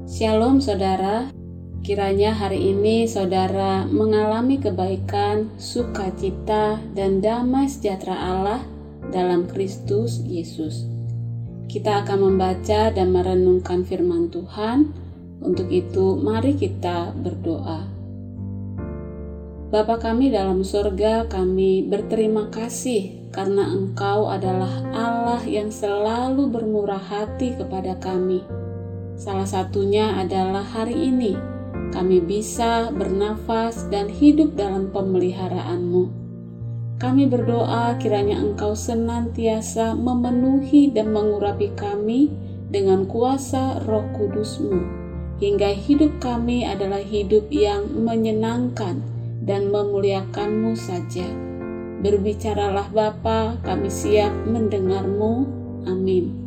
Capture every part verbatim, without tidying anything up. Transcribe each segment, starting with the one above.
Shalom saudara, kiranya hari ini saudara mengalami kebaikan, sukacita, dan damai sejahtera Allah dalam Kristus Yesus. Kita akan membaca dan merenungkan firman Tuhan. Untuk itu mari kita berdoa. Bapa kami dalam surga, kami berterima kasih karena Engkau adalah Allah yang selalu bermurah hati kepada kami. Salah satunya adalah hari ini kami bisa bernafas dan hidup dalam pemeliharaan-Mu. Kami berdoa kiranya Engkau senantiasa memenuhi dan mengurapi kami dengan kuasa Roh Kudus-Mu, hingga hidup kami adalah hidup yang menyenangkan dan memuliakan-Mu saja. Berbicaralah Bapa, kami siap mendengar-Mu. Amin.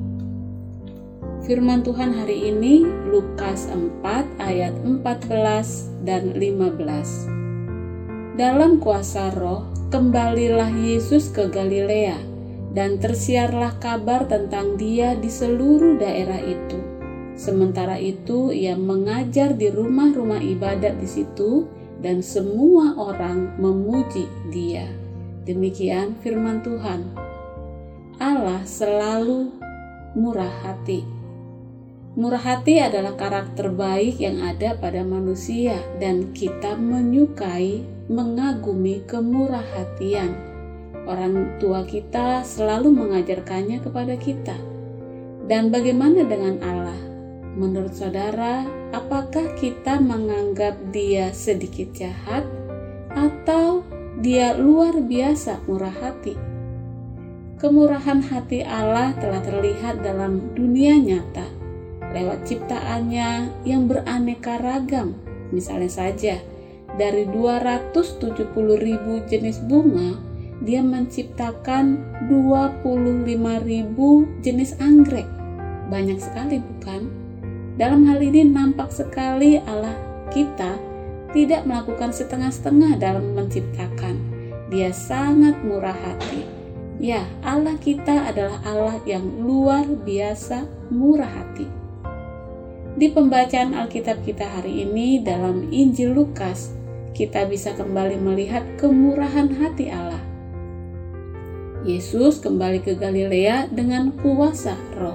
Firman Tuhan hari ini Lukas empat ayat empat belas dan lima belas. Dalam kuasa Roh, kembalilah Yesus ke Galilea, dan tersiarlah kabar tentang Dia di seluruh daerah itu. Sementara itu, Ia mengajar di rumah-rumah ibadat di situ, dan semua orang memuji Dia. Demikian firman Tuhan. Allah selalu murah hati. Murah hati adalah karakter baik yang ada pada manusia, dan kita menyukai, mengagumi kemurah hatian. Orang tua kita selalu mengajarkannya kepada kita. Dan bagaimana dengan Allah? Menurut saudara, apakah kita menganggap Dia sedikit jahat atau Dia luar biasa murah hati? Kemurahan hati Allah telah terlihat dalam dunia nyata lewat ciptaannya yang beraneka ragam. Misalnya saja, dari dua ratus tujuh puluh ribu jenis bunga, Dia menciptakan dua puluh lima ribu jenis anggrek. Banyak sekali, bukan? Dalam hal ini nampak sekali Allah kita tidak melakukan setengah-setengah dalam menciptakan. Dia sangat murah hati. Ya, Allah kita adalah Allah yang luar biasa murah hati. Di pembacaan Alkitab kita hari ini dalam Injil Lukas, kita bisa kembali melihat kemurahan hati Allah. Yesus kembali ke Galilea dengan kuasa Roh.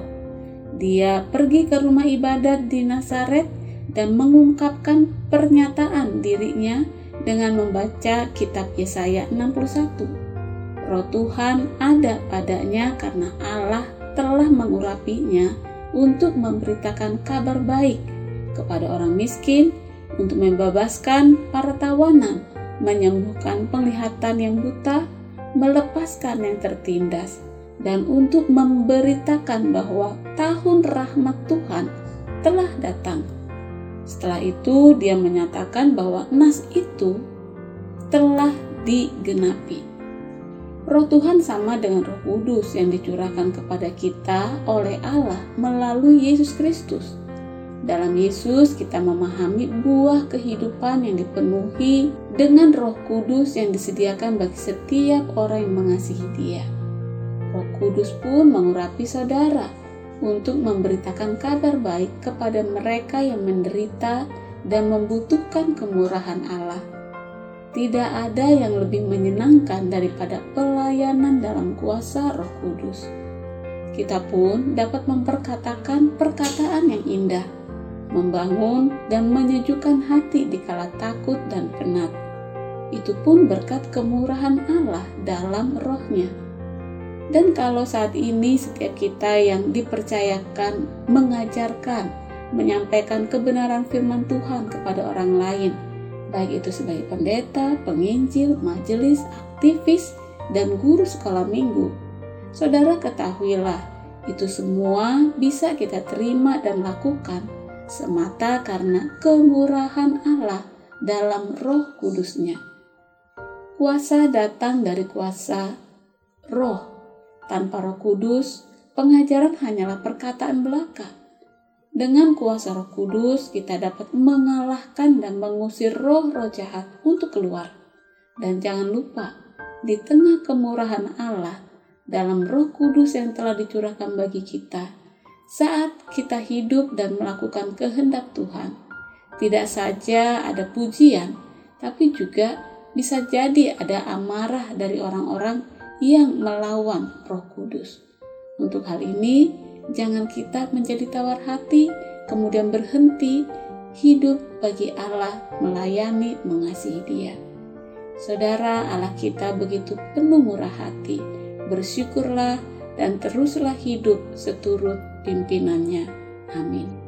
Dia pergi ke rumah ibadat di Nazaret dan mengungkapkan pernyataan dirinya dengan membaca kitab Yesaya enam puluh satu. Roh Tuhan ada padanya karena Allah telah mengurapinya untuk memberitakan kabar baik kepada orang miskin, untuk membebaskan para tawanan, menyembuhkan penglihatan yang buta, melepaskan yang tertindas, dan untuk memberitakan bahwa tahun rahmat Tuhan telah datang. Setelah itu Dia menyatakan bahwa nas itu telah digenapi. Roh Tuhan sama dengan Roh Kudus yang dicurahkan kepada kita oleh Allah melalui Yesus Kristus. Dalam Yesus kita memahami buah kehidupan yang dipenuhi dengan Roh Kudus yang disediakan bagi setiap orang yang mengasihi Dia. Roh Kudus pun mengurapi saudara untuk memberitakan kabar baik kepada mereka yang menderita dan membutuhkan kemurahan Allah. Tidak ada yang lebih menyenangkan daripada pelayanan dalam kuasa Roh Kudus. Kita pun dapat memperkatakan perkataan yang indah, membangun dan menyejukkan hati di kala takut dan penat. Itu pun berkat kemurahan Allah dalam Roh-Nya. Dan kalau saat ini setiap kita yang dipercayakan mengajarkan, menyampaikan kebenaran firman Tuhan kepada orang lain, baik itu sebagai pendeta, penginjil, majelis, aktivis, dan guru sekolah minggu, saudara ketahuilah, itu semua bisa kita terima dan lakukan semata karena kemurahan Allah dalam Roh Kudus-Nya. Kuasa datang dari kuasa Roh. Tanpa Roh Kudus, pengajaran hanyalah perkataan belaka. Dengan kuasa Roh Kudus, kita dapat mengalahkan dan mengusir roh-roh jahat untuk keluar. Dan jangan lupa, di tengah kemurahan Allah, dalam Roh Kudus yang telah dicurahkan bagi kita, saat kita hidup dan melakukan kehendak Tuhan, tidak saja ada pujian, tapi juga bisa jadi ada amarah dari orang-orang yang melawan Roh Kudus. Untuk hal ini, jangan kita menjadi tawar hati, kemudian berhenti hidup bagi Allah, melayani, mengasihi Dia. Saudara, Allah kita begitu penuh murah hati. Bersyukurlah dan teruslah hidup seturut pimpinannya. Amin.